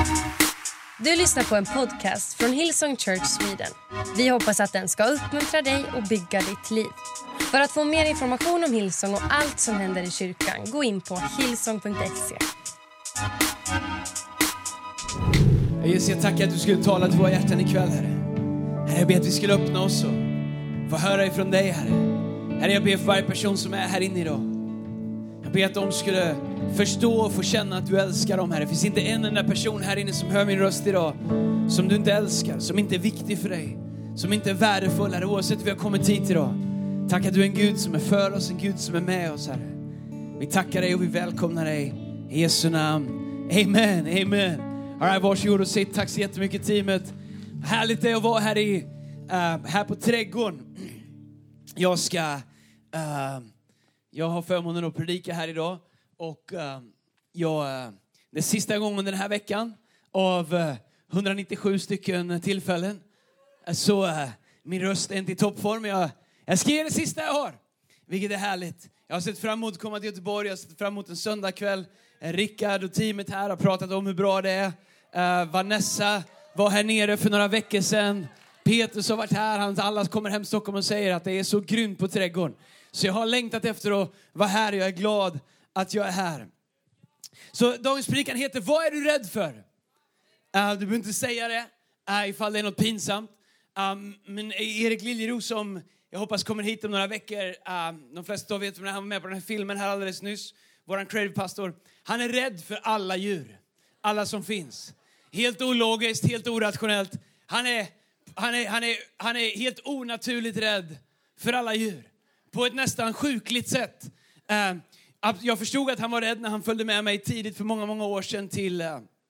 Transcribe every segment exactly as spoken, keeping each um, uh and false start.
Du lyssnar på en podcast från Hillsong Church Sweden. Vi hoppas att den ska uppmuntra dig och bygga ditt liv. För att få mer information om Hillsong och allt som händer i kyrkan, gå in på hillsong punkt se. Jesus, jag tackar att du skulle tala till våra hjärtan ikväll, Herre. Herre, jag ber att vi skulle öppna oss och få höra ifrån dig, Herre. Herre, jag ber för varje person som är här inne idag. Jag ber att de skulle förstå och få känna att du älskar dem, Herre. Det finns inte en enda person här inne som hör min röst idag som du inte älskar, som inte är viktig för dig, som inte är värdefull, Herre, oavsett hur vi har kommit hit idag. Tack att du är en Gud som är för oss, en Gud som är med oss, Herre. Vi tackar dig och vi välkomnar dig i Jesu namn. Amen, amen. All right, varsågod och säg tack så jättemycket, teamet. Härligt det att vara här, i, uh, här på trädgården. Jag ska... Uh, jag har förmånen att predika här idag. Och uh, jag, uh, det är sista gången den här veckan av uh, etthundranittiosju stycken tillfällen. Uh, så uh, min röst är inte i toppform. Jag, jag ska ge det sista jag har. Vilket är härligt. Jag har sett fram emot att komma till Göteborg. Jag har sett fram emot en söndagkväll. Uh, Rickard och teamet här har pratat om hur bra det är. Uh, Vanessa var här nere för några veckor sedan. Petrus har varit här. Han, alla kommer hem till Stockholm och säger att det är så grymt på trädgården. Så jag har längtat efter att vara här. Jag är glad att jag är här. Så dagens predikan heter: vad är du rädd för? Uh, du behöver inte säga det uh, ifall det är något pinsamt. Um, men Erik Liljeros, som jag hoppas kommer hit om några veckor. Uh, de flesta vet vem han var med på den här filmen här alldeles nyss. Våran creative pastor. Han är rädd för alla djur. Alla som finns. Helt ologiskt, helt orationellt. Han är, han är, han är, han är helt onaturligt rädd för alla djur. På ett nästan sjukligt sätt. Uh, Jag förstod att han var rädd när han följde med mig tidigt för många, många år sedan till,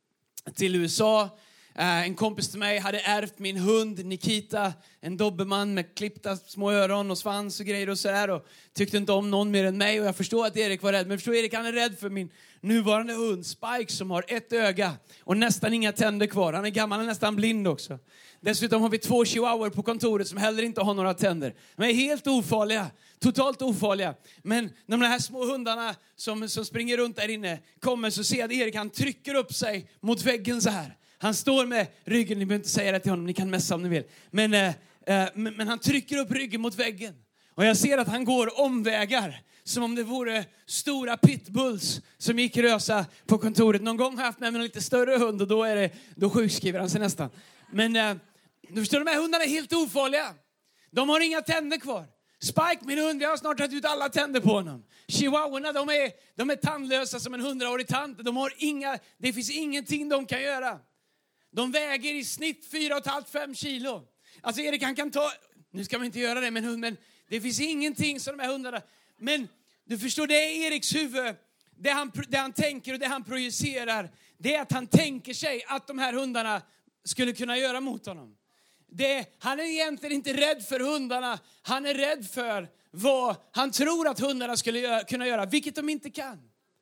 till U S A. En kompis till mig hade ärvt min hund Nikita, en dobermann med klippta små öron och svans och grejer och så här. Och tyckte inte om någon mer än mig, och jag förstår att Erik var rädd. Men jag förstår Erik, han är rädd för min nuvarande hund Spike, som har ett öga och nästan inga tänder kvar. Han är gammal och nästan blind också. Dessutom har vi två chihuahuor på kontoret som heller inte har några tänder. De är helt ofarliga. Totalt ofarliga. Men när de här små hundarna som, som springer runt där inne kommer, så ser jag att Erik, han trycker upp sig mot väggen så här. Han står med ryggen, ni behöver inte säga det till honom, ni kan mässa om ni vill. Men, eh, eh, men, men han trycker upp ryggen mot väggen. Och jag ser att han går omvägar. Som om det vore stora pitbulls som gick rösa på kontoret. Någon gång har jag haft med mig en lite större hund, och då, är det, då sjukskriver han sig nästan. Men eh, du förstår, de här hundarna är helt ofarliga. De har inga tänder kvar. Spike, min hund, jag har snart tagit ut alla tänder på honom. Chihuahuorna, de är, de är tandlösa som en hundraårig tant. De har inga, det finns ingenting de kan göra. De väger i snitt fyra och ett halvt till fem kilo. Alltså Erik, han kan ta, nu ska man inte göra det med en hund, men det finns ingenting som de här hundarna. Men du förstår, det är Eriks huvud. Det han, det han tänker och det han projicerar, det är att han tänker sig att de här hundarna skulle kunna göra mot honom. Det, han är egentligen inte rädd för hundarna. Han är rädd för vad han tror att hundarna skulle göra, kunna göra, vilket de inte kan.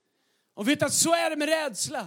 Och vet att så är det med rädsla.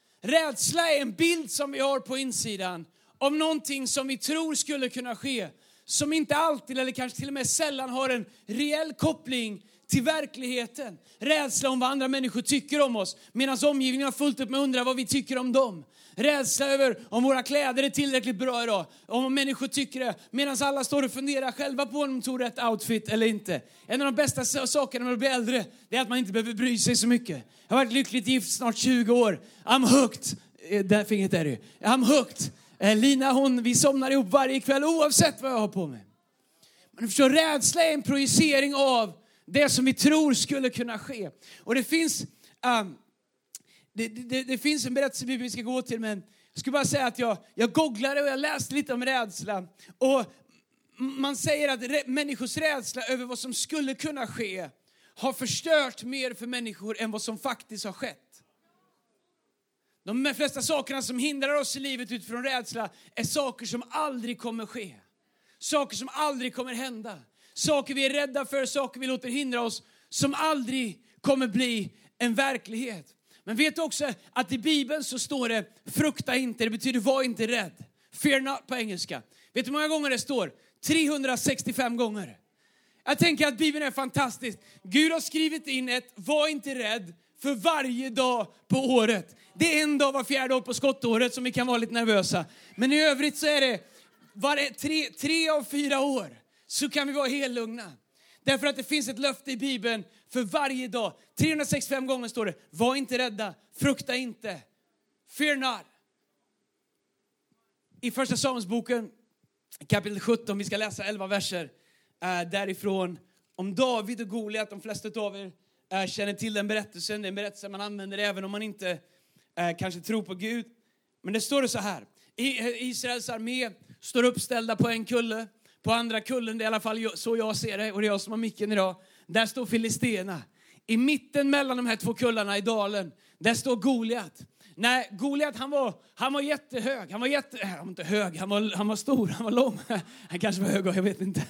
Rädsla är en bild som vi har på insidan om någonting som vi tror skulle kunna ske, som inte alltid eller kanske till och med sällan har en reell koppling till verkligheten. Rädsla om vad andra människor tycker om oss, medan omgivningen har fullt upp med att undra vad vi tycker om dem. Rädsla över om våra kläder är tillräckligt bra idag, om människor tycker det, medan alla står och funderar själva på om de tog rätt outfit eller inte. En av de bästa sakerna när man blir äldre, det är att man inte behöver bry sig så mycket. Jag har varit lyckligt gift snart tjugo år. I'm hooked. Där fingret är det. I'm hooked. Lina, hon, vi somnar ihop varje kväll oavsett vad jag har på mig. Men du förstår, rädsla är en projicering av det som vi tror skulle kunna ske. Och det finns um, det, det, det finns en berättelse vi ska gå till, men jag skulle bara säga att jag, jag googlade och jag läste lite om rädsla. Och man säger att rä, människors rädsla över vad som skulle kunna ske har förstört mer för människor än vad som faktiskt har skett. De flesta sakerna som hindrar oss i livet utifrån rädsla är saker som aldrig kommer ske. Saker som aldrig kommer hända. Saker vi är rädda för, saker vi låter hindra oss, som aldrig kommer bli en verklighet. Men vet du också att i Bibeln så står det frukta inte, det betyder var inte rädd. Fear not på engelska. Vet du hur många gånger det står? trehundrasextiofem gånger. Jag tänker att Bibeln är fantastisk. Gud har skrivit in ett var inte rädd för varje dag på året. Det är en dag var fjärde år på skottåret som vi kan vara lite nervösa. Men i övrigt så är det var tre, tre av fyra år så kan vi vara helt lugna. Därför att det finns ett löfte i Bibeln för varje dag. trehundrasextiofem gånger står det, var inte rädda, frukta inte. Fear not. I första Samuelsboken, kapitel sjutton, vi ska läsa elva verser äh, därifrån. Om David och Goliat, de flesta av er äh, känner till den berättelsen. Det är en berättelse man använder även om man inte äh, kanske tror på Gud. Men det står det så här. I, Israels armé står uppställda på en kulle. På andra kullen, det är i alla fall så jag ser det, och det är jag som har micken idag. Där står Filisterna. I mitten mellan de här två kullarna i dalen, där står Goliat. Nej, Goliat han var, han var jättehög. Han var jätte, han var inte hög, han var, han var stor, han var lång. Han kanske var hög, jag vet inte.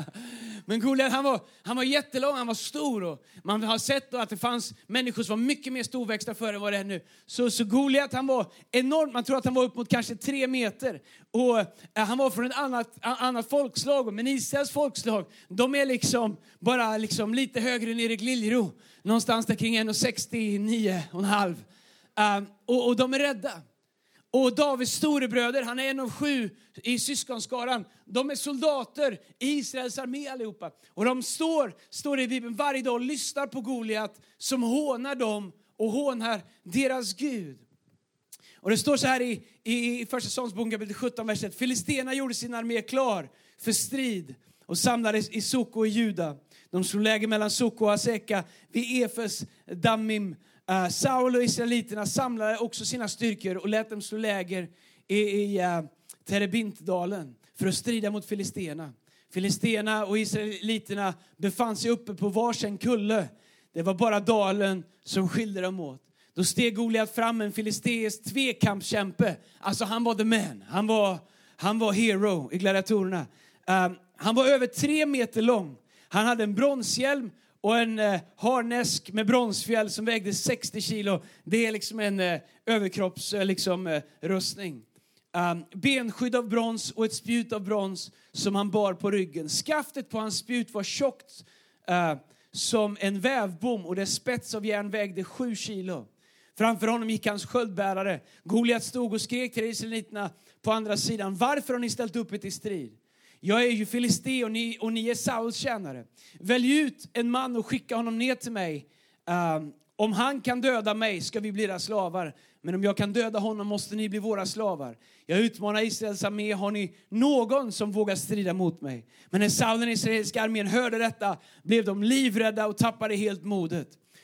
Men Goliat han var, han var jättelång, han var stor. Och man har sett då att det fanns människor som var mycket mer storväxta förr än vad det är nu. Så, så Goliat han var enormt, man tror att han var upp mot kanske tre meter. Och äh, han var från ett annat, annat folkslag. Men Israels folkslag, de är liksom bara liksom lite högre än Erik Liljero. Någonstans där kring en sextionio och en halv. Um, och, och de är rädda. Och Davids storebröder, han är en av sju i syskonskaran. De är soldater i Israels armé allihopa. Och de står, står i Bibeln varje dag och lyssnar på Goliat som hånar dem och hånar deras Gud. Och det står så här i, i, i första Samuelsboken kapitel sjutton verset. Filisterna gjorde sin armé klar för strid och samlades i Soko i Juda. De slog läger mellan Soko och Aseka vid Efes Dammim. Uh, Saul och israeliterna samlade också sina styrkor och lät dem slå läger i, i uh, Terebintdalen för att strida mot filisterna. Filisterna och israeliterna befann sig uppe på varsin kulle. Det var bara dalen som skilde dem åt. Då steg Goliat fram, en filisteisk tvekampskämpe. Alltså han var the man. Han var, han var hero i gladiatorerna. Uh, han var över tre meter lång. Han hade en bronshjälm och en eh, harnesk med bronsfjäll som vägde sextio kilo. Det är liksom en eh, överkropps eh, liksom, eh, rustning. Um, benskydd av brons och ett spjut av brons som han bar på ryggen. Skaftet på hans spjut var tjockt uh, som en vävbom och dess spets av järn vägde sju kilo. Framför honom gick hans sköldbärare. Goliat stod och skrek till israeliterna på andra sidan. Varför har ni ställt upp er till strid? Jag är ju filiste och ni, och ni är Sauls tjänare. Välj ut en man och skicka honom ner till mig. Um, om han kan döda mig ska vi bli era slavar. Men om jag kan döda honom måste ni bli våra slavar. Jag utmanar Israels armé. Har ni någon som vågar strida mot mig? Men när Saul och den israeliska armén hörde detta blev de livrädda och tappade helt modet.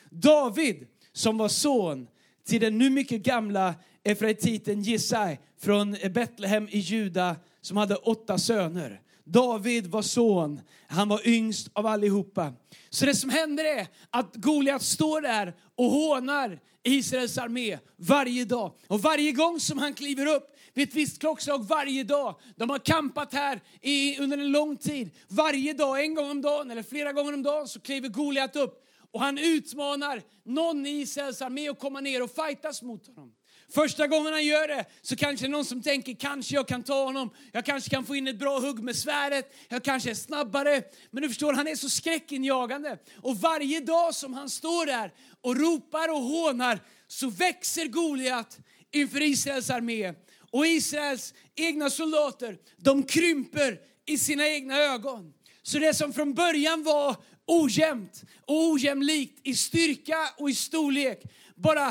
David, som var son till den nu mycket gamla efraititen Jesai från Betlehem i Juda, som hade åtta söner. David var son. Han var yngst av allihopa. Så det som händer är att Goliat står där och hånar Israels armé varje dag. Och varje gång som han kliver upp vid ett visst klockslag varje dag. De har kampat här i, under en lång tid. Varje dag, en gång om dagen eller flera gånger om dagen så kliver Goliat upp. Och han utmanar någon i Israels armé att komma ner och fightas mot honom. Första gången han gör det så kanske någon som tänker kanske jag kan ta honom. Jag kanske kan få in ett bra hugg med svärdet. Jag kanske är snabbare. Men du förstår, han är så skräckinjagande. Och varje dag som han står där och ropar och hånar så växer Goliat inför Israels armé. Och Israels egna soldater, de krymper i sina egna ögon. Så det som från början var ojämnt och ojämlikt i styrka och i storlek bara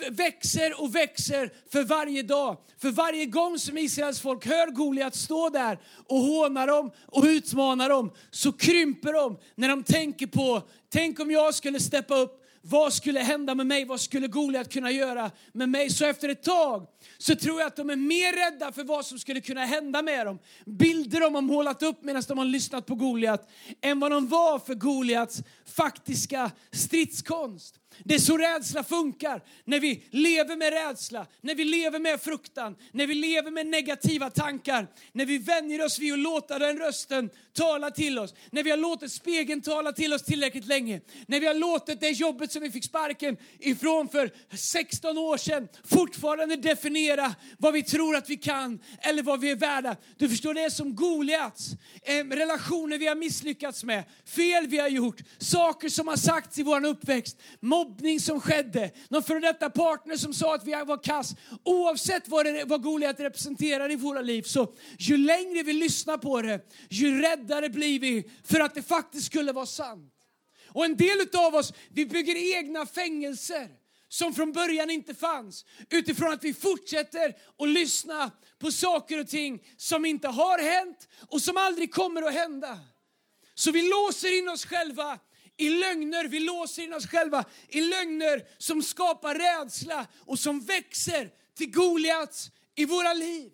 växer och växer för varje dag. För varje gång som Israels folk hör Goliat stå där och hånar dem och utmanar dem så krymper de när de tänker på, tänk om jag skulle steppa upp. Vad skulle hända med mig? Vad skulle Goliat kunna göra med mig? Så efter ett tag så tror jag att de är mer rädda för vad som skulle kunna hända med dem. Bilder de har målat upp medan de har lyssnat på Goliat än vad de var för Goliats faktiska stridskonst. Det är så rädsla funkar. När vi lever med rädsla, när vi lever med fruktan, när vi lever med negativa tankar, när vi vänjer oss vid att låta den rösten tala till oss, när vi har låtit spegeln tala till oss tillräckligt länge, när vi har låtit det jobbet som vi fick sparken ifrån för sexton år sedan fortfarande definiera vad vi tror att vi kan eller vad vi är värda. Du förstår, det är som Goliats eh, relationer vi har misslyckats med, fel vi har gjort, saker som har sagts i vår uppväxt. mobbning som skedde, någon före detta partner som sa att vi var kass. Oavsett vad, det, vad Goliat representerar i våra liv, så ju längre vi lyssnar på det, ju räddare blir vi för att det faktiskt skulle vara sant. Och en del av oss, vi bygger egna fängelser som från början inte fanns, utifrån att vi fortsätter att lyssna på saker och ting som inte har hänt och som aldrig kommer att hända. Så vi låser in oss själva i lögner, vi låser in oss själva i lögner som skapar rädsla och som växer till Goliat i våra liv.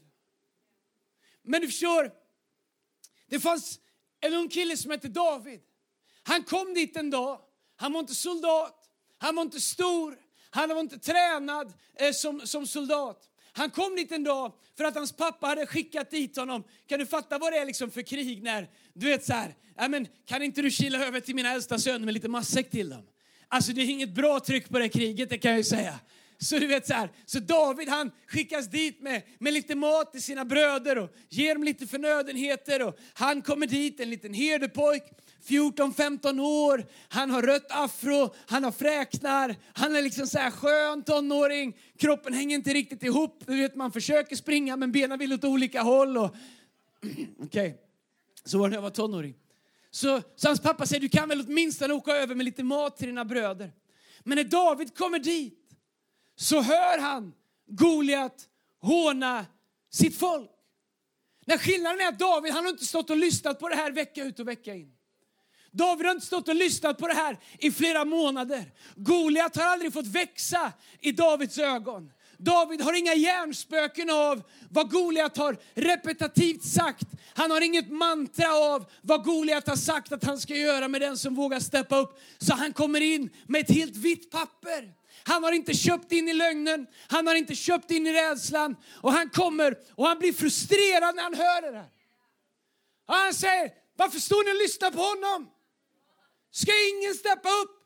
Men du förstår, det fanns en ung kille som hette David. Han kom dit en dag, han var inte soldat, han var inte stor, han var inte tränad eh, som, som soldat. Han kom dit en dag för att hans pappa hade skickat dit honom. Kan du fatta vad det är liksom för krig när, du vet så här, ja, men kan inte du kila över till mina äldsta söner med lite matsäck till dem? Alltså det är inget bra tryck på det kriget, det kan jag ju säga. Så du vet så här, så David han skickas dit med, med lite mat till sina bröder och ger dem lite förnödenheter. Och han kommer dit, en liten herdepojk, fjorton femton år. Han har rött afro, han har fräknar, han är liksom så här skön tonåring. Kroppen hänger inte riktigt ihop, du vet man försöker springa men benen vill åt olika håll. Och okej, okay. Så var det när jag var tonåring. Så, så hans pappa säger, du kan väl åtminstone åka över med lite mat till dina bröder. Men när David kommer dit så hör han Goliat håna sitt folk. När skillnaden är att David, han har inte stått och lyssnat på det här vecka ut och vecka in. David har inte stått och lyssnat på det här i flera månader. Goliat har aldrig fått växa i Davids ögon. David har inga hjärnspöken av vad Goliat har repetitivt sagt. Han har inget mantra av vad Goliat har sagt att han ska göra med den som vågar steppa upp. Så han kommer in med ett helt vitt papper. Han har inte köpt in i lögnen. Han har inte köpt in i rädslan. Och han kommer och han blir frustrerad när han hör det där. Och han säger, varför står ni och lyssnar på honom? Ska ingen steppa upp?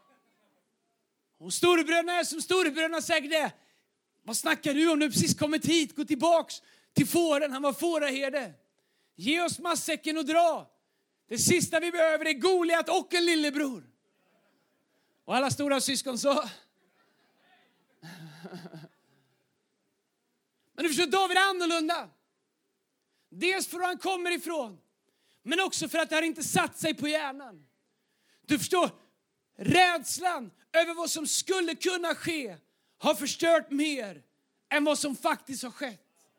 Och storebröderna är som storebröderna säger det. Vad snackar du om? Du har precis kommit hit. Gå tillbaks till fåren. Han var fåraherde. Ge oss matsäcken och dra. Det sista vi behöver är Goliat och en lillebror. Och alla stora syskon sa. Men du förstår, David är annorlunda. Dels för att han kommer ifrån. Men också för att det har inte satt sig på hjärnan. Du förstår, rädslan över vad som skulle kunna ske har förstört mer än vad som faktiskt har skett.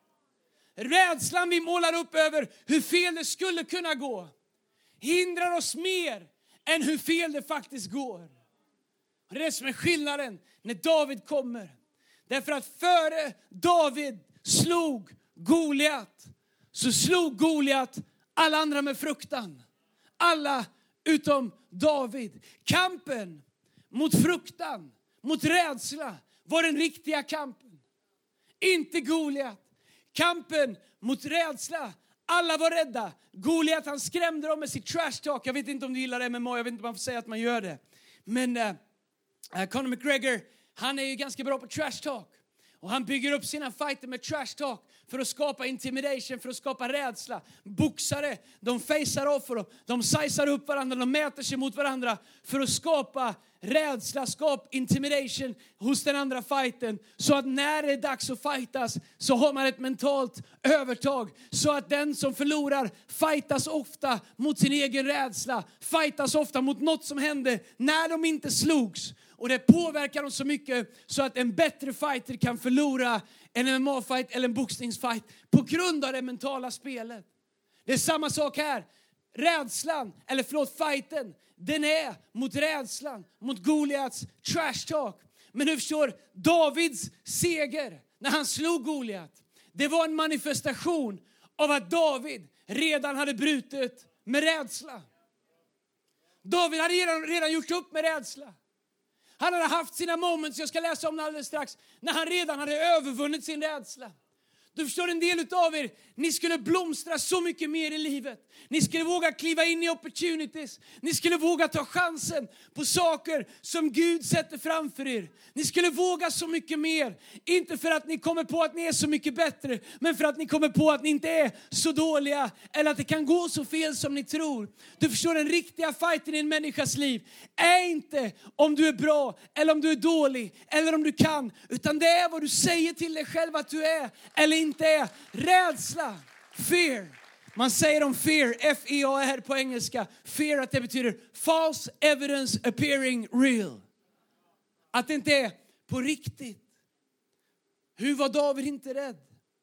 Rädslan vi målar upp över hur fel det skulle kunna gå hindrar oss mer än hur fel det faktiskt går. Och det är det som är skillnaden när David kommer. Därför att före David slog Goliat, så slog Goliat alla andra med fruktan. Alla utom David. Kampen mot fruktan, mot rädsla var den riktiga kampen. Inte Goliat. Kampen mot rädsla. Alla var rädda. Goliat, han skrämde dem med sitt trash talk. Jag vet inte om du gillar M M A. Jag vet inte om man får säga att man gör det. Men uh, Conor McGregor, han är ju ganska bra på trash talk. Och han bygger upp sina fighter med trash talk för att skapa intimidation, för att skapa rädsla. Boxare, de facear off och de sizar upp varandra, de mäter sig mot varandra för att skapa rädsla, skapa intimidation hos den andra fighten. Så att när det är dags att fightas så har man ett mentalt övertag. Så att den som förlorar fightas ofta mot sin egen rädsla. Fightas ofta mot något som hände när de inte slogs. Och det påverkar dem så mycket så att en bättre fighter kan förlora en M M A-fight eller en boxningsfight på grund av det mentala spelet. Det är samma sak här. Rädslan, eller förlåt fighten, den är mot rädslan, mot Goliats trash talk. Men du förstår, Davids seger när han slog Goliat, det var en manifestation av att David redan hade brutit med rädsla. David hade redan, redan gjort upp med rädsla. Han hade haft sina moments, jag ska läsa om det alldeles strax, när han redan hade övervunnit sin rädsla. Du förstår, en del av er, ni skulle blomstra så mycket mer i livet. Ni skulle våga kliva in i opportunities. Ni skulle våga ta chansen på saker som Gud sätter framför er. Ni skulle våga så mycket mer. Inte för att ni kommer på att ni är så mycket bättre, men för att ni kommer på att ni inte är så dåliga. Eller att det kan gå så fel som ni tror. Du förstår, den riktiga fighten i en människas liv är inte om du är bra eller om du är dålig eller om du kan. Utan det är vad du säger till dig själv att du är eller inte är. Rädsla, fear. Man säger om fear, F E A R på engelska. Fear, att det betyder false evidence appearing real. Att det inte är på riktigt. Hur var David inte rädd?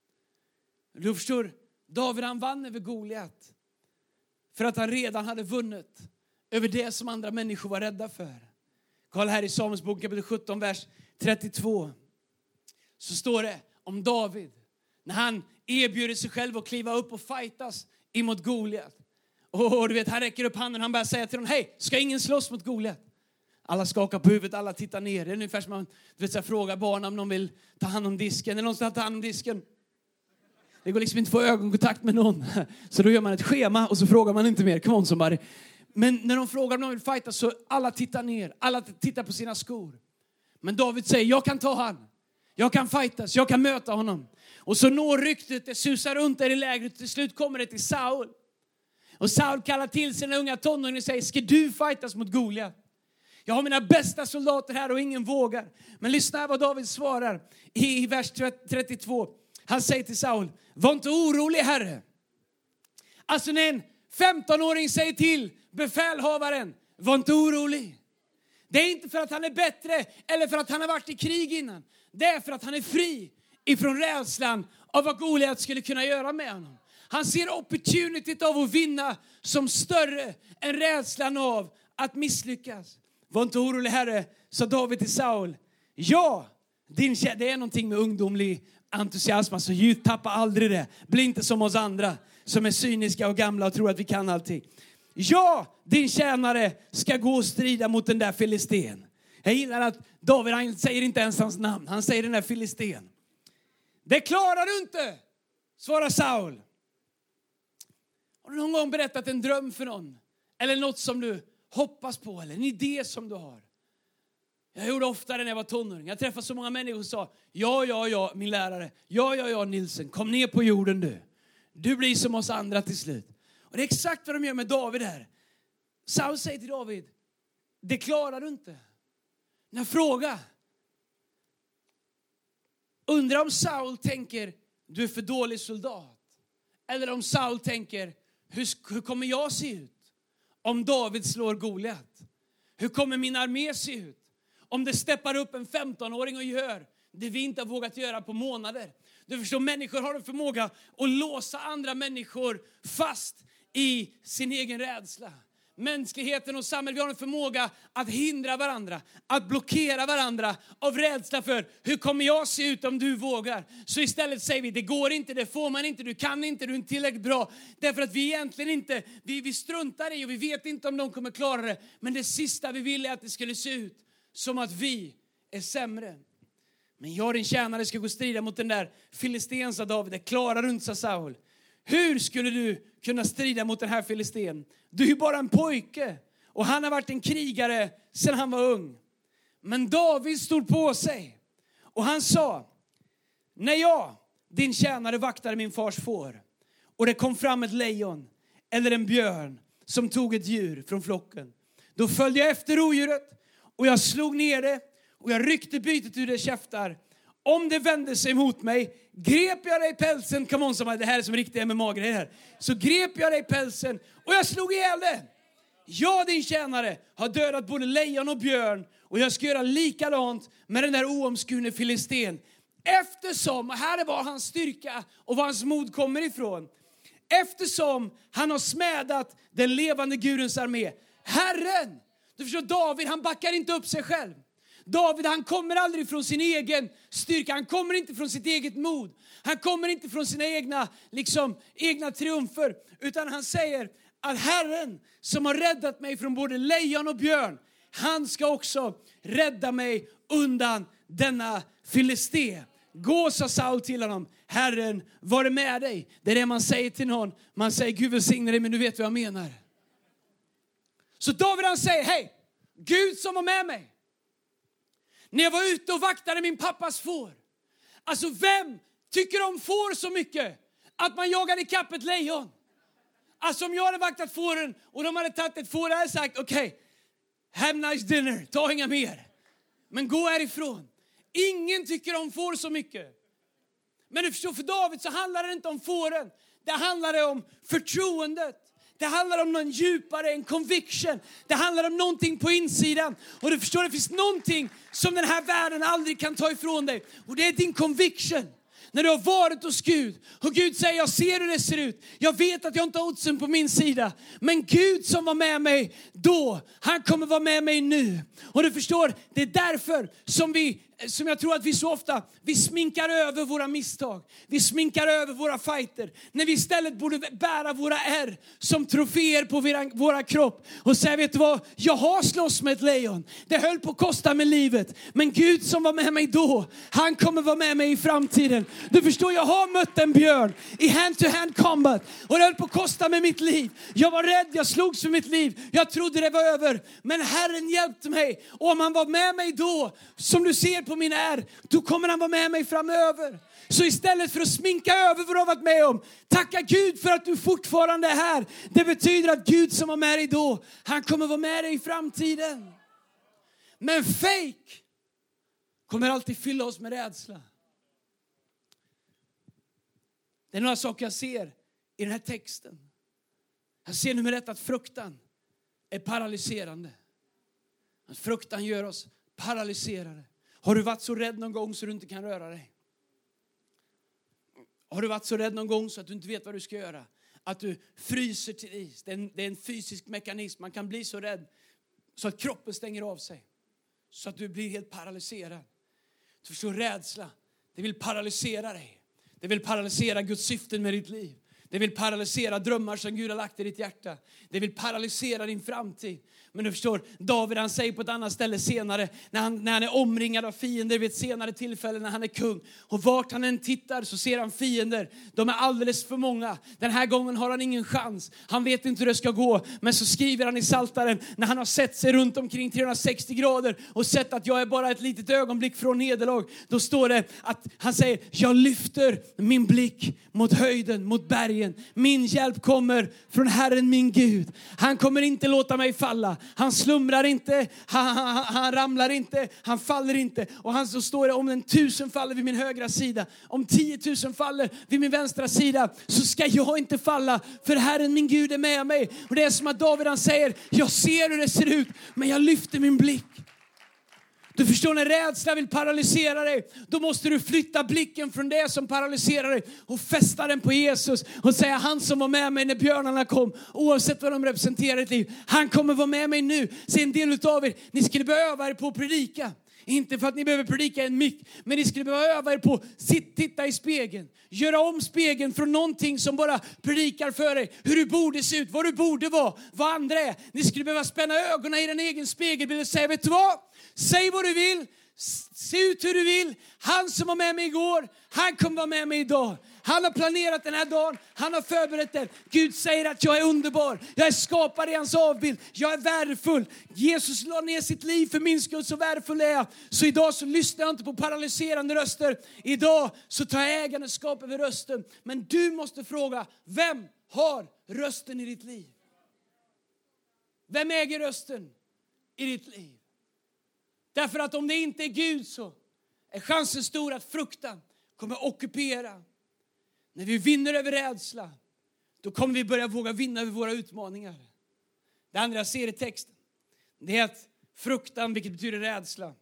Du förstår, David han vann över Goliat. För att han redan hade vunnit över det som andra människor var rädda för. Kolla här i Samuelsboken kapitel sjutton, vers trettiotvå. Så står det om David. När han erbjuder sig själv att kliva upp och fightas emot Goliat. Och du vet, han räcker upp handen och han börjar säga till dem: hej, ska ingen slåss mot Goliat? Alla skakar på huvudet, alla tittar ner. Det är ungefär som man du vet, så här, frågar barn om de vill ta hand om disken. Eller någon som tar hand om disken. Det går liksom inte att få ögonkontakt med någon. Så då gör man ett schema och så frågar man inte mer. Come on somebody. Men när de frågar om de vill fighta så alla tittar ner. Alla tittar på sina skor. Men David säger: jag kan ta han. Jag kan fightas, jag kan möta honom. Och så når ryktet, det susar runt där i lägret. Till slut kommer det till Saul. Och Saul kallar till sina unga tonåringar och säger: ska du fightas mot Goliat? Jag har mina bästa soldater här och ingen vågar. Men lyssna här vad David svarar i vers trettiotvå. Han säger till Saul: var inte orolig, herre. Alltså när en femtonåring säger till befälhavaren: var inte orolig. Det är inte för att han är bättre eller för att han har varit i krig innan. Det är för att han är fri ifrån rädslan av vad Goliat skulle kunna göra med honom. Han ser opportunitet av att vinna som större än rädslan av att misslyckas. Var inte orolig, herre, sa David till Saul. Ja, din tjej, det är någonting med ungdomlig entusiasm. Alltså youth, tappa aldrig det. Bli inte som oss andra som är cyniska och gamla och tror att vi kan allting. Ja, din tjänare ska gå och strida mot den där filisten. Jag gillar att David, han säger inte ens hans namn. Han säger den där filisten. Det klarar du inte, svarar Saul. Har du någon gång berättat en dröm för någon? Eller något som du hoppas på? Eller en idé som du har? Jag gjorde ofta det när jag var tonåring. Jag träffade så många människor och sa: ja, ja, ja, min lärare. Ja, ja, ja, Nilsen. Kom ner på jorden du. Du blir som oss andra till slut. Och det är exakt vad de gör med David här. Saul säger till David: det klarar du inte. När fråga. Undrar om Saul tänker: du är för dålig soldat. Eller om Saul tänker: hur, hur kommer jag se ut om David slår Goliat? Hur kommer min armé se ut om det steppar upp en femtonåring och gör det vi inte har vågat göra på månader? Du förstår, människor har en förmåga att låsa andra människor fast i sin egen rädsla. Mänskligheten och samhället, vi har en förmåga att hindra varandra, att blockera varandra av rädsla för: hur kommer jag se ut om du vågar? Så istället säger vi: det går inte, det får man inte, du kan inte, du är inte tillräckligt bra. Därför att vi egentligen inte, vi, vi struntar i och vi vet inte om de kommer klara det. Men det sista vi vill är att det skulle se ut som att vi är sämre. Men jag, din tjänare, ska gå och strida mot den där filisten, sa David. Det klarar du inte, sa Saul. Hur skulle du kunna strida mot den här filisten? Du är ju bara en pojke. Och han har varit en krigare sedan han var ung. Men David stod på sig. Och han sa: när jag, din tjänare, vaktade min fars får, och det kom fram ett lejon eller en björn som tog ett djur från flocken, då följde jag efter rodjuret och jag slog ner det och jag ryckte bytet ur dess käftar. Om det vände sig mot mig, grep jag dig i pälsen. Come on, som det här är som riktigt med mager här. Så grep jag dig i pälsen och jag slog ihjäl det. Jag, din tjänare, har dödat både lejon och björn, och jag ska göra likadant med den där oomskurne filisten. Eftersom, och här är var hans styrka och var hans mod kommer ifrån. Eftersom han har smädat den levande Gudens armé. Herren, du förstår, David, han backar inte upp sig själv. David, han kommer aldrig från sin egen styrka. Han kommer inte från sitt eget mod. Han kommer inte från sina egna, liksom, egna triumfer. Utan han säger att Herren som har räddat mig från både lejon och björn, han ska också rädda mig undan denna filiste. Gå, sa Saul till honom. Herren var med dig. Det är det man säger till någon. Man säger Gud välsigne dig, men du vet vad jag menar. Så David han säger, hej, Gud som var med mig. När jag var ute och vaktade min pappas får. Alltså vem tycker om får så mycket att man jagade i kapp ett lejon? Alltså om jag hade vaktat fåren och de hade tagit ett får, hade sagt okej, okay, have nice dinner, ta inga mer. Men gå härifrån. Ingen tycker om får så mycket. Men du förstår, för David så handlar det inte om fåren. Det handlar om förtroendet. Det handlar om någon djupare, en conviction. Det handlar om någonting på insidan. Och du förstår, det finns någonting som den här världen aldrig kan ta ifrån dig. Och det är din conviction. När du har varit hos Gud. Och Gud säger, jag ser hur det ser ut. Jag vet att jag inte har oddsen på min sida. Men Gud som var med mig då, han kommer vara med mig nu. Och du förstår, det är därför som vi, som jag tror att vi så ofta, vi sminkar över våra misstag. Vi sminkar över våra fighter. När vi istället borde bära våra ärr som troféer på våra, våra kropp. Och säga, vet du vad? Jag har slåss med ett lejon. Det höll på att kosta mig livet. Men Gud som var med mig då, han kommer vara med mig i framtiden. Du förstår, jag har mött en björn i hand-to-hand combat. Och det höll på att kosta mig mitt liv. Jag var rädd, jag slogs för mitt liv. Jag trodde det var över. Men Herren hjälpte mig. Och om han var med mig då, som du ser på min är, då kommer han vara med mig framöver. Så istället för att sminka över vad du har varit med om, tacka Gud för att du fortfarande är här. Det betyder att Gud som var med dig då, han kommer vara med dig i framtiden. Men fake kommer alltid fylla oss med rädsla. Det är några saker jag ser i den här texten. Jag ser nummer ett att fruktan är paralyserande. Att fruktan gör oss paralyserade. Har du varit så rädd någon gång så du inte kan röra dig? Har du varit så rädd någon gång så att du inte vet vad du ska göra? Att du fryser till is. Det är en, det är en fysisk mekanism. Man kan bli så rädd så att kroppen stänger av sig. Så att du blir helt paralyserad. Du förstår, rädsla. Det vill paralysera dig. Det vill paralysera Guds syften med ditt liv. Det vill paralysera drömmar som Gud har lagt i ditt hjärta. Det vill paralysera din framtid. Men du förstår, David han säger på ett annat ställe senare, när han, när han är omringad av fiender vid ett senare tillfälle när han är kung. Och vart han än tittar så ser han fiender. De är alldeles för många. Den här gången har han ingen chans. Han vet inte hur det ska gå. Men så skriver han i Psaltaren, när han har sett sig runt omkring trehundrasextio grader och sett att jag är bara ett litet ögonblick från nederlag. Då står det att han säger, jag lyfter min blick mot höjden, mot bergen. Min hjälp kommer från Herren min Gud. Han kommer inte låta mig falla. Han slumrar inte. Han, han, han ramlar inte. Han faller inte. Och han så står det, om en tusen faller vid min högra sida. Om tiotusen faller vid min vänstra sida. Så ska jag inte falla. För Herren min Gud är med mig. Och det är som att David han säger, jag ser hur det ser ut. Men jag lyfter min blick. Du förstår, när rädsla vill paralysera dig, då måste du flytta blicken från det som paralyserar dig och fästa den på Jesus och säga, han som var med mig när björnarna kom, oavsett vad de representerar i ditt liv, han kommer vara med mig nu. Så en del utav er, ni skulle behöva er på att predika. Inte för att ni behöver predika en mick, men ni skulle behöva öva er på sitt, titta i spegeln. Göra om spegeln från någonting som bara predikar för dig. Hur du borde se ut, vad du borde vara, vad andra är. Ni skulle behöva spänna ögonen i den egen spegelbild och säga, vet du vad? Säg vad du vill, se ut hur du vill. Han som var med mig igår, han kommer vara med mig idag. Han har planerat den här dagen. Han har förberett den. Gud säger att jag är underbar. Jag är skapad i hans avbild. Jag är värdefull. Jesus la ner sitt liv för min skull, så värdefull är jag. Så idag så lyssnar jag inte på paralyserande röster. Idag så tar jag ägandeskap över rösten. Men du måste fråga, vem har rösten i ditt liv? Vem äger rösten i ditt liv? Därför att om det inte är Gud så är chansen stor att fruktan kommer ockupera. När vi vinner över rädsla, då kommer vi börja våga vinna över våra utmaningar. Det andra jag ser i texten, det är att fruktan, vilket betyder rädsla.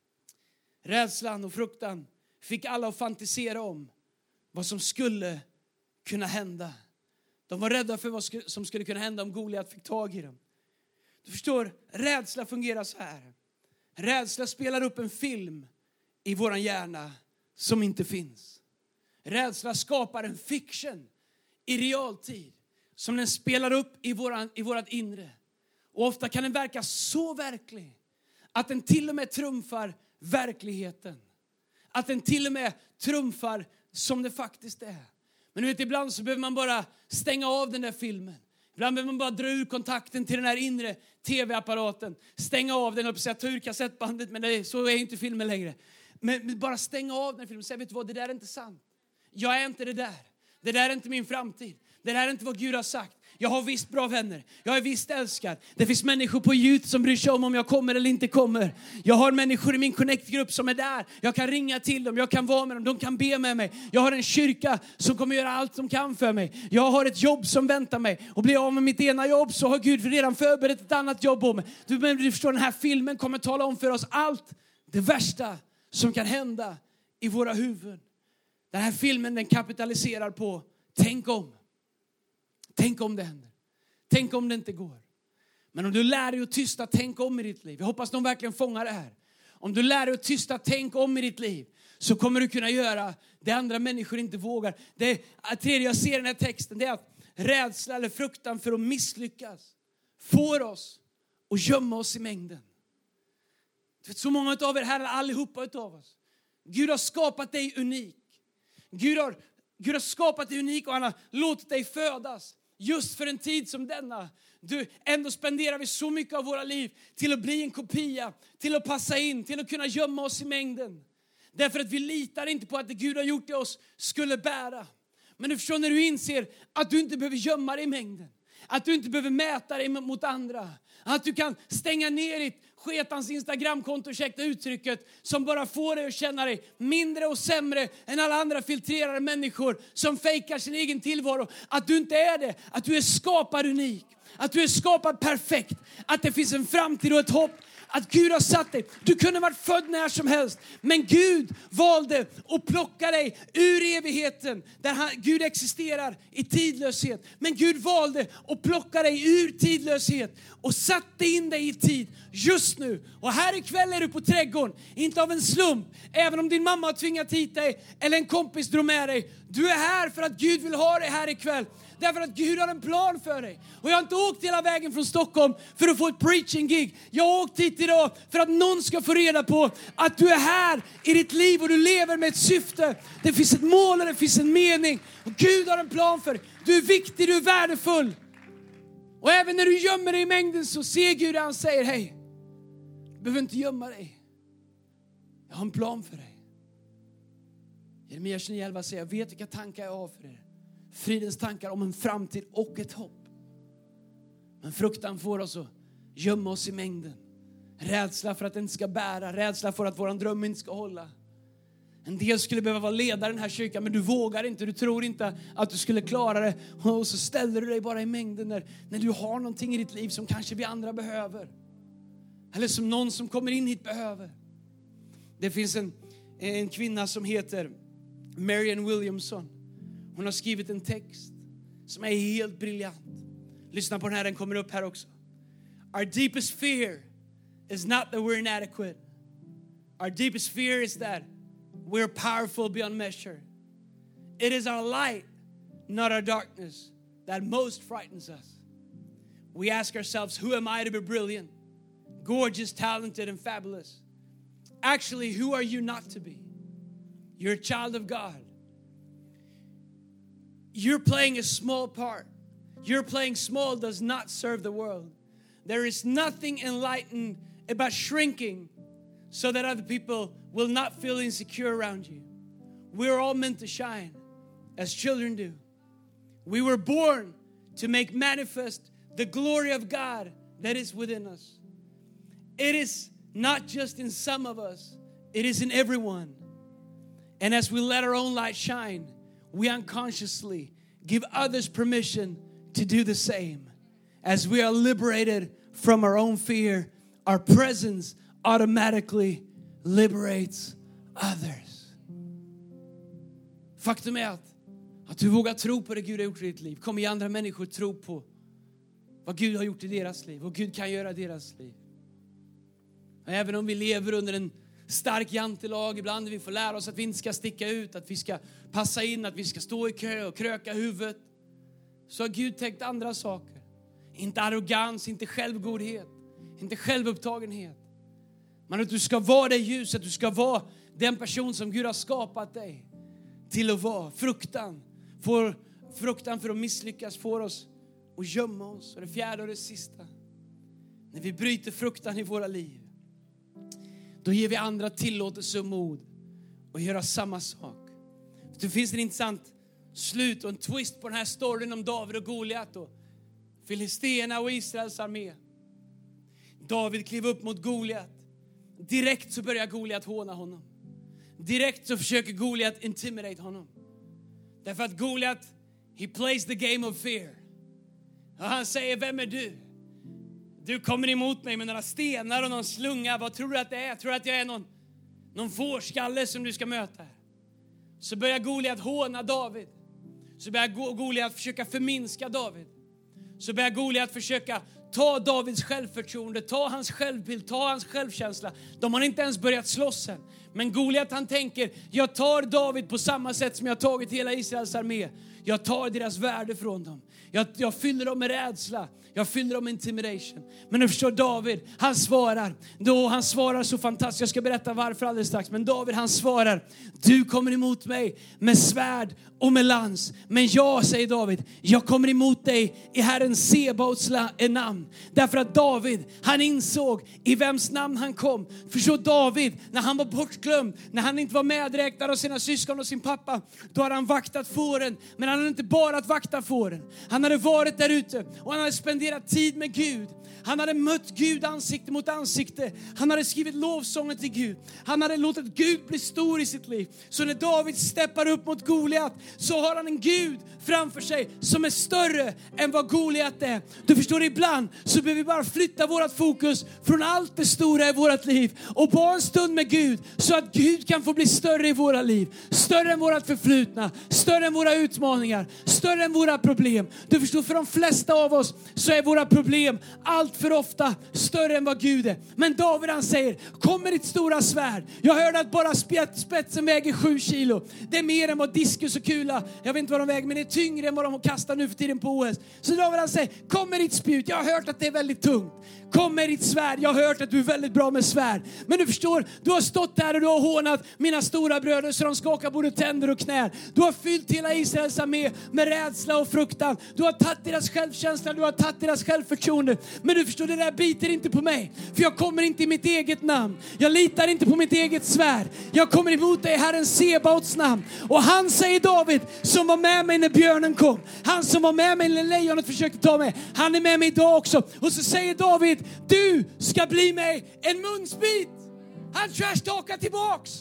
Rädslan och fruktan fick alla att fantisera om vad som skulle kunna hända. De var rädda för vad som skulle kunna hända om Goliat fick tag i dem. Du förstår, rädsla fungerar så här. Rädsla spelar upp en film i våran hjärna som inte finns. Rädsla skapar en fiction i realtid som den spelar upp i, våran, i vårat inre. Och ofta kan den verka så verklig att den till och med trumfar verkligheten. att den till och med trumfar som det faktiskt är. Men du vet, ibland så behöver man bara stänga av den där filmen. Ibland behöver man bara dra ur kontakten till den här inre tv-apparaten. Stänga av den, och säga, ta ur kassettbandet, men det är, så är inte filmen längre. Men bara stänga av den här filmen och säga, vet du vad, det där är inte sant. Jag är inte det där. Det där är inte min framtid. Det där är inte vad Gud har sagt. Jag har visst bra vänner. Jag är visst älskad. Det finns människor på YouTube som bryr sig om om jag kommer eller inte kommer. Jag har människor i min Connect-grupp som är där. Jag kan ringa till dem. Jag kan vara med dem. De kan be med mig. Jag har en kyrka som kommer göra allt de kan för mig. Jag har ett jobb som väntar mig. Och blir jag av med mitt ena jobb så har Gud redan förberett ett annat jobb om mig. Du, men du förstår, den här filmen kommer tala om för oss allt det värsta som kan hända i våra huvuden. Den här filmen, den kapitaliserar på tänk om. Tänk om det händer. Tänk om det inte går. Men om du lär dig att tysta tänk om i ditt liv. Jag hoppas de verkligen fångar det här. Om du lär dig att tysta tänk om i ditt liv, så kommer du kunna göra det andra människor inte vågar. Det tredje jag ser i den här texten, det är att rädsla eller fruktan för att misslyckas får oss att gömma oss i mängden. Så många av er här, allihopa utav oss. Gud har skapat dig unik. Gud har, Gud har skapat dig unik och han har låtit dig födas just för en tid som denna. Du, ändå spenderar vi så mycket av våra liv till att bli en kopia, till att passa in, till att kunna gömma oss i mängden. Därför att vi litar inte på att det Gud har gjort i oss skulle bära. Men du förstår, när du inser att du inte behöver gömma dig i mängden. Att du inte behöver mäta dig mot andra. Att du kan stänga ner ditt sketans Instagramkonto, ursäkta uttrycket, som bara får dig att känna dig mindre och sämre än alla andra filtrerade människor som fejkar sin egen tillvaro. Att du inte är det. Att du är skapad unik. Att du är skapad perfekt. Att det finns en framtid och ett hopp. Att Gud har satt dig. Du kunde varit född när som helst. Men Gud valde att plocka dig ur evigheten. Där han, Gud existerar i tidlöshet. Men Gud valde att plocka dig ur tidlöshet. Och satte in dig i tid just nu. Och här ikväll är du på trädgården. Inte av en slump. Även om din mamma har tvingat hit dig. Eller en kompis drog med dig. Du är här för att Gud vill ha dig här ikväll. Därför att Gud har en plan för dig. Och jag har inte åkt hela vägen från Stockholm för att få ett preaching gig. Jag har åkt hit idag för att någon ska få reda på att du är här i ditt liv och du lever med ett syfte. Det finns ett mål och det finns en mening. Och Gud har en plan för dig. Du är viktig, du är värdefull. Och även när du gömmer dig i mängden så ser Gud att han säger, hej, du behöver inte gömma dig. Jag har en plan för dig. Jeremia tjugonio elva säger, jag vet vilka tankar jag har för er. Fridens tankar om en framtid och ett hopp. Men fruktan får oss att gömma oss i mängden. Rädsla för att den inte ska bära. Rädsla för att våran dröm inte ska hålla. En del skulle behöva vara ledare i den här kyrkan, men du vågar inte. Du tror inte att du skulle klara det. Och så ställer du dig bara i mängden när, när du har någonting i ditt liv som kanske vi andra behöver. Eller som någon som kommer in hit behöver. Det finns en, en kvinna som heter Marianne Williamson. Hon har skrivit en text som är helt briljant. Lyssna på den här, den kommer upp här också. Our deepest fear is not that we're inadequate. Our deepest fear is that we're powerful beyond measure. It is our light, not our darkness, that most frightens us. We ask ourselves, who am I to be brilliant, gorgeous, talented, and fabulous? Actually, who are you not to be? You're a child of God. You're playing a small part. Your playing small does not serve the world. There is nothing enlightened about shrinking so that other people will not feel insecure around you. We're all meant to shine as children do. We were born to make manifest the glory of God that is within us. It is not just in some of us, it is in everyone. And as we let our own light shine, we unconsciously give others permission to do the same. As we are liberated from our own fear, our presence automatically liberates others. Faktum är att, att du vågar tro på det Gud har gjort i ditt liv. Kommer ge andra människor tro på vad Gud har gjort i deras liv. Och Gud kan göra i deras liv. Och även om vi lever under en stark jantelag ibland, vi får lära oss att vi inte ska sticka ut, att vi ska passa in, att vi ska stå i kö och kröka huvudet, så har Gud tänkt andra saker. Inte arrogans, inte självgodhet, inte självupptagenhet. Men att du ska vara det ljuset, du ska vara den person som Gud har skapat dig till att vara. Fruktan, får, fruktan för att misslyckas får oss att gömma oss. Och det fjärde och det sista. När vi bryter fruktan i våra liv, då ger vi andra tillåtelse och mod att göra samma sak. Det finns en intressant slut och en twist på den här storyn om David och Goliat och Filisterna och Israels armé. David klev upp mot Goliat. Direkt så börjar Goliat håna honom. Direkt så försöker Goliat intimidate honom. Därför att Goliat, he plays the game of fear. Och han säger, vem är du? Du kommer emot mig med några stenar och någon slunga. Vad tror du att det är? Tror du att jag är någon, någon fårskalle som du ska möta? Så börjar Goliat håna David. Så börjar Goliat försöka förminska David. Så börjar Goliat försöka ta Davids självförtroende, ta hans självbild, ta hans självkänsla. De har inte ens börjat slåss än. Men Goliat, han tänker, jag tar David på samma sätt som jag tagit hela Israels armé. Jag tar deras värde från dem. Jag, jag fyller dem med rädsla. Jag fyller dem med intimidation. Men nu förstår David, han svarar. Då han svarar så fantastiskt. Jag ska berätta varför alldeles strax. Men David, han svarar. Du kommer emot mig med svärd och med lans. Men jag, säger David, jag kommer emot dig i Herren Sebaots namn. Därför att David, han insåg i vems namn han kom. Förstår David, när han var bortglömd, när han inte var medräknad av sina syskon och sin pappa, då hade han vaktat fåren. Men han hade inte bara att vakta fåren. Han hade varit där ute och han hade spenderat tid med Gud. Han hade mött Gud ansikte mot ansikte. Han hade skrivit lovsånger till Gud. Han hade låtit Gud bli stor i sitt liv. Så när David steppar upp mot Goliat, så har han en Gud framför sig som är större än vad Goliat är. Du förstår, ibland så behöver vi bara flytta vårt fokus från allt det stora i vårt liv och bara en stund med Gud, så att Gud kan få bli större i våra liv. Större än vårt förflutna, större än våra utmaningar, större än våra problem. Du förstår, för de flesta av oss så är våra problem allt för ofta större än vad Gud är. Men David, han säger, kom med ditt stora svärd. Jag hörde att bara spetsen väger sju kilo. Det är mer än vad diskus och kula, jag vet inte vad de väger, men det är tyngre än vad de kastar nu för tiden på O S. Så David, han säger, kom med ditt spjut. Jag har hört att det är väldigt tungt. Kom med ditt svärd. Jag har hört att du är väldigt bra med svärd. Men du förstår, du har stått där och du har hånat mina stora bröder så de skakar både tänder och knär. Du har fyllt hela Israels armé med rädsla och fruktan. Du har tagit deras självkänsla, du har tagit deras självförtroende. Men du förstår, det där biter inte på mig. För jag kommer inte i mitt eget namn. Jag litar inte på mitt eget svärd. Jag kommer emot dig i Herren Sebaots namn. Och han, säger David, som var med mig när björnen kom. Han som var med mig när lejonet försökte ta mig. Han är med mig idag också. Och så säger David, du ska bli mig en munsbit. Han trashtalkar tillbaks.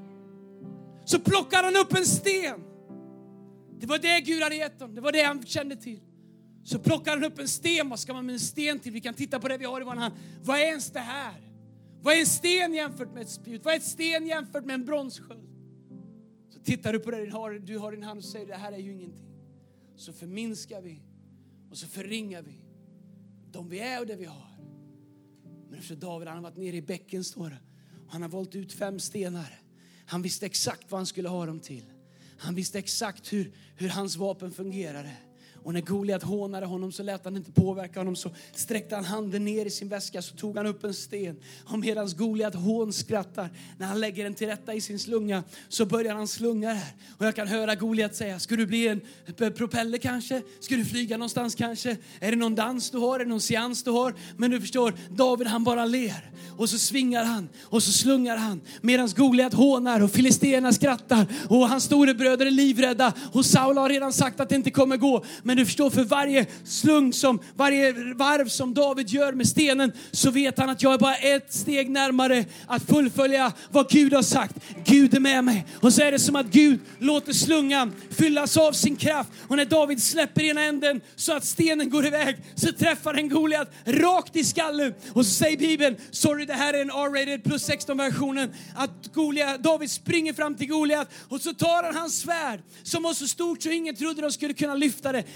Så plockar han upp en sten. Det var det Gud hade gett honom. Det var det han kände till. Så plockar han upp en sten. Vad ska man med en sten till? Vi kan titta på det vi har i vår hand. Vad är ens det här? Vad är en sten jämfört med ett spjut? Vad är ett sten jämfört med en bronssköld? Så tittar du på det du har, du har i din hand och säger, det här är ju ingenting. Så förminskar vi. Och så förringar vi de vi är och det vi har. Men för David, han har varit nere i bäcken, står det. Och han har valt ut fem stenar. Han visste exakt vad han skulle ha dem till. Han visste exakt hur, hur hans vapen fungerade. Och när Goliat hånade honom så lät han inte påverka honom. Så sträckte han handen ner i sin väska, så tog han upp en sten. Och medan Goliat hånskrattar, när han lägger den till rätta i sin slunga, så börjar han slunga här. Och jag kan höra Goliat säga, ska du bli en propeller kanske? Ska du flyga någonstans kanske? Är det någon dans du har? Är det någon seans du har? Men du förstår, David, han bara ler. Och så svingar han och så slungar han. Medan Goliat hånar och filisterna skrattar. Och hans store bröder är livrädda. Och Saul har redan sagt att det inte kommer gå. Men du förstår, för varje slung som, varje varv som David gör med stenen, så vet han att jag är bara ett steg närmare att fullfölja vad Gud har sagt. Gud är med mig. Och så är det som att Gud låter slungan fyllas av sin kraft. Och när David släpper ena änden så att stenen går iväg, så träffar den Goliat rakt i skallen. Och så säger Bibeln, sorry, det här är en R-rated plus sexton versionen, att Goliat, David springer fram till Goliat och så tar han hans svärd som var så stort så ingen trodde de skulle kunna lyfta det.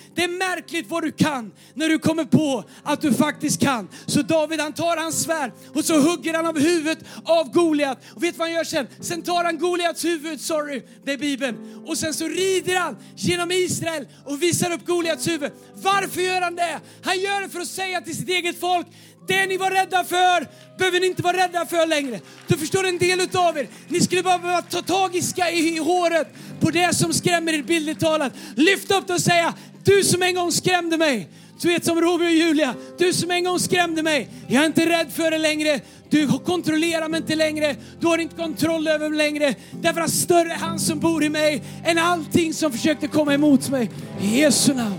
Det är märkligt vad du kan när du kommer på att du faktiskt kan. Så David, han tar hans svärd och så hugger han av huvudet av Goliat. Och vet vad han gör sen? Sen tar han Goliats huvud, sorry, det är Bibeln. Och sen så rider han genom Israel och visar upp Goliats huvud. Varför gör han det? Han gör det för att säga till sitt eget folk: det ni var rädda för behöver ni inte vara rädda för längre. Du förstår, en del utav er, ni skulle bara behöva ta tag i, ska, i håret på det som skrämmer er, bildligt talat. Lyft upp det och säga: du som en gång skrämde mig. Du vet, som Robi och Julia, du som en gång skrämde mig. Jag är inte rädd för det längre. Du kontrollerar mig inte längre. Du har inte kontroll över mig längre. Därför att större är han som bor i mig än allting som försökte komma emot mig. I Jesu namn.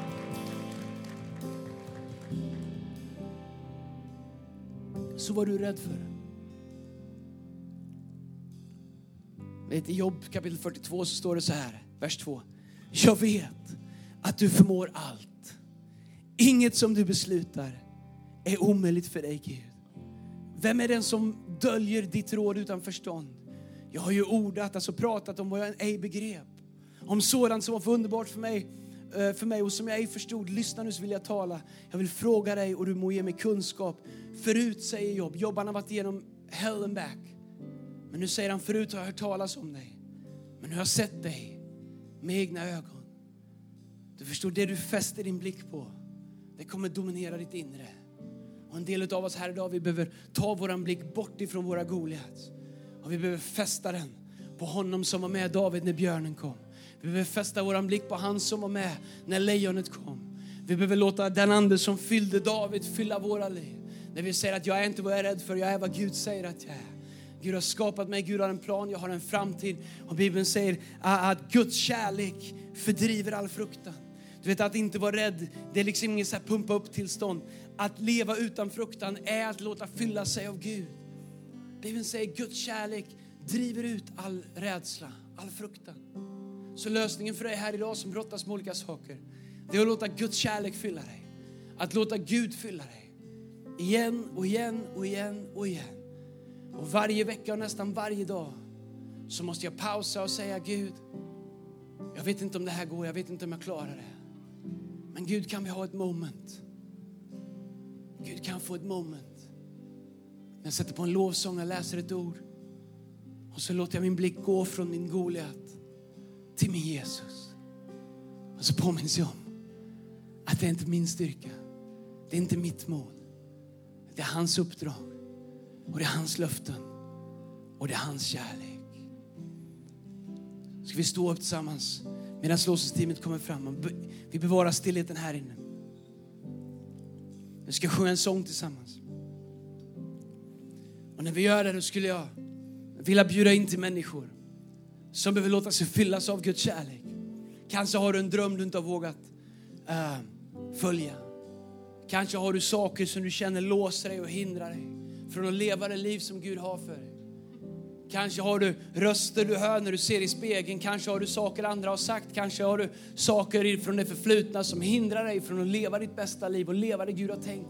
Så var du rädd för. I Jobb kapitel fyrtiotvå så står det så här, vers två. Jag vet att du förmår allt. Inget som du beslutar är omöjligt för dig, Gud. Vem är den som döljer ditt råd utan förstånd? Jag har ju ordat, alltså pratat om vad jag ej begrep. Om sådant som var för underbart för mig, för mig och som jag ej förstod. Lyssna nu, så vill jag tala. Jag vill fråga dig och du må ge mig kunskap. Förut säger Jobb, Jobb han har varit igenom hell and back. Men nu säger han: förut har jag hört talas om dig, men nu har jag sett dig med egna ögon. Du förstår, det du fäster din blick på, det kommer dominera ditt inre. Och en del av oss här idag, vi behöver ta våran blick bort ifrån våra Goliat. Och vi behöver fästa den på honom som var med David när björnen kom. Vi behöver fästa våran blick på han som var med när lejonet kom. Vi behöver låta den ande som fyllde David fylla våra liv. När vi säger att jag är inte vad jag är rädd för, jag är vad Gud säger att jag är. Gud har skapat mig, Gud har en plan, jag har en framtid. Och Bibeln säger att Guds kärlek fördriver all fruktan. Du vet, att inte vara rädd, det är liksom ingen så här pumpa upp tillstånd. Att leva utan fruktan är att låta fylla sig av Gud. Bibeln säger Guds kärlek driver ut all rädsla, all fruktan. Så lösningen för dig här idag som brottas med olika saker, det är att låta Guds kärlek fylla dig. Att låta Gud fylla dig. Igen och igen och igen och igen. Och varje vecka och nästan varje dag så måste jag pausa och säga: Gud, jag vet inte om det här går, jag vet inte om jag klarar det. Men Gud, kan vi ha ett moment? Gud, kan få ett moment. Jag sätter på en lovsång och läser ett ord. Och så låter jag min blick gå från min Goliat till min Jesus. Och så påminns jag om att det är inte min styrka. Det är inte mitt mod. Det är hans uppdrag. Och det är hans löften. Och det är hans kärlek. Ska vi stå upp tillsammans medan lovsångsteamet kommer fram. Vi bevarar stillheten här inne. Vi ska sjunga en sång tillsammans. Och när vi gör det, då skulle jag vilja bjuda in till människor som behöver låta sig fyllas av Guds kärlek. Kanske har du en dröm du inte har vågat uh, följa. Kanske har du saker som du känner låser dig och hindrar dig från att leva det liv som Gud har för dig. Kanske har du röster du hör när du ser i spegeln. Kanske har du saker andra har sagt. Kanske har du saker från det förflutna som hindrar dig från att leva ditt bästa liv och leva det Gud har tänkt.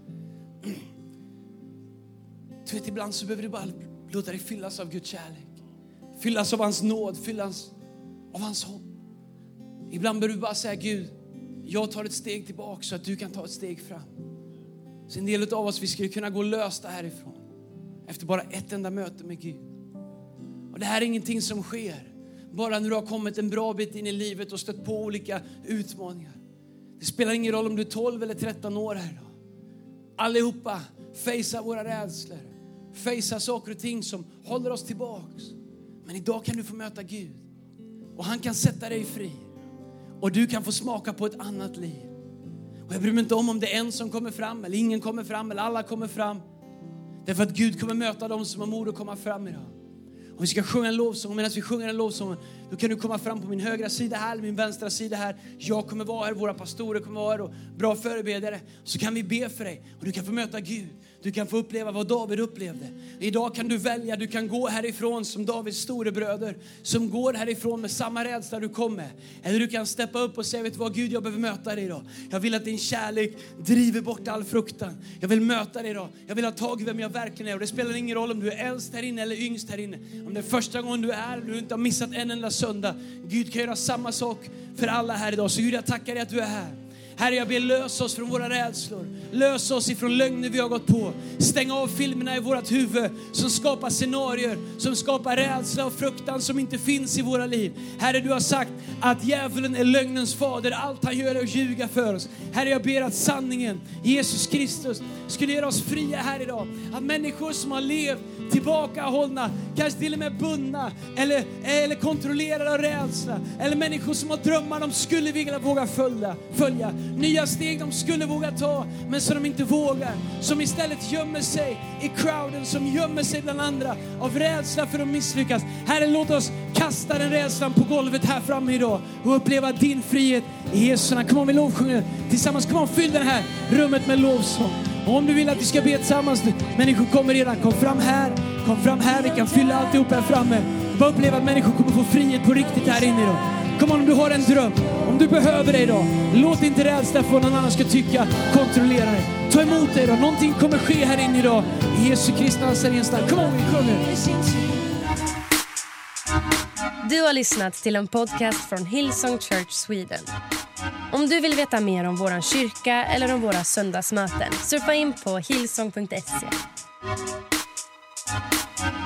Du vet, ibland så behöver du bara låta dig fyllas av Guds kärlek. Fyllas av hans nåd, fyllas av hans hopp. Ibland behöver du bara säga: Gud, jag tar ett steg tillbaka så att du kan ta ett steg fram. Så en del av oss, vi skulle kunna gå lösta härifrån efter bara ett enda möte med Gud. Och det här är ingenting som sker bara när du har kommit en bra bit in i livet och stött på olika utmaningar. Det spelar ingen roll om du är tolv eller tretton år här idag. Allihopa fejsar våra rädslor. Fejsar saker och ting som håller oss tillbaks. Men idag kan du få möta Gud. Och han kan sätta dig fri. Och du kan få smaka på ett annat liv. Och jag bryr mig inte om om det är en som kommer fram eller ingen kommer fram eller alla kommer fram. Därför att Gud kommer möta dem som har mod att komma fram idag. Och vi ska sjunga en lovsång. Och medan vi sjunger en lovsång, då kan du komma fram på min högra sida här eller min vänstra sida här. Jag kommer vara här, våra pastorer kommer vara här och bra förebedjare. Så kan vi be för dig och du kan få möta Gud. Du kan få uppleva vad David upplevde. Idag kan du välja, du kan gå härifrån som Davids storebröder. Som går härifrån med samma rädsla du kom med. Eller du kan steppa upp och säga: vet du vad Gud, jag behöver möta dig idag. Jag vill att din kärlek driver bort all fruktan. Jag vill möta dig idag. Jag vill ha tag i vem jag verkligen är. Och det spelar ingen roll om du är äldst här inne eller yngst här inne. Om det är första gången du är och du inte har missat en enda söndag. Gud kan göra samma sak för alla här idag. Så Gud, jag tackar dig att du är här. Herre, jag ber lös oss från våra rädslor. Lös oss ifrån lögner vi har gått på. Stäng av filmerna i vårat huvud som skapar scenarier, som skapar rädsla och fruktan som inte finns i våra liv. Herre, du har sagt att djävulen är lögnens fader. Allt han gör är att ljuga för oss. Herre, jag ber att sanningen, Jesus Kristus, skulle göra oss fria här idag. Att människor som har levt tillbakahållna, kanske till och med bundna eller, eller kontrollerade av rädsla, eller människor som har drömmar de skulle vilja våga följa, följa. Nya steg de skulle våga ta, men som de inte vågar. Som istället gömmer sig i crowden, som gömmer sig bland andra av rädsla för att misslyckas. Herre, låt oss kasta den rädslan på golvet här framme idag och uppleva din frihet i Jesu namn. Kom on, vi lovsjunger tillsammans. Kom on, fyll det här rummet med lovsång. Och om du vill att vi ska be tillsammans, människor kommer redan, kom fram här, kom fram här, vi kan fylla alltihop här framme. Bara uppleva att människor kommer få frihet på riktigt här inne idag. Kom on, om du har en dröm, om du behöver det idag, låt inte rädsla för någon annan ska tycka, kontrollera dig. Ta emot det idag, någonting kommer ske här inne idag. I Jesu Kristi namn. Kom on, vi sjunger. Du har lyssnat till en podcast från Hillsong Church Sweden. Om du vill veta mer om våran kyrka eller om våra söndagsmöten, surfa in på hillsong punkt se.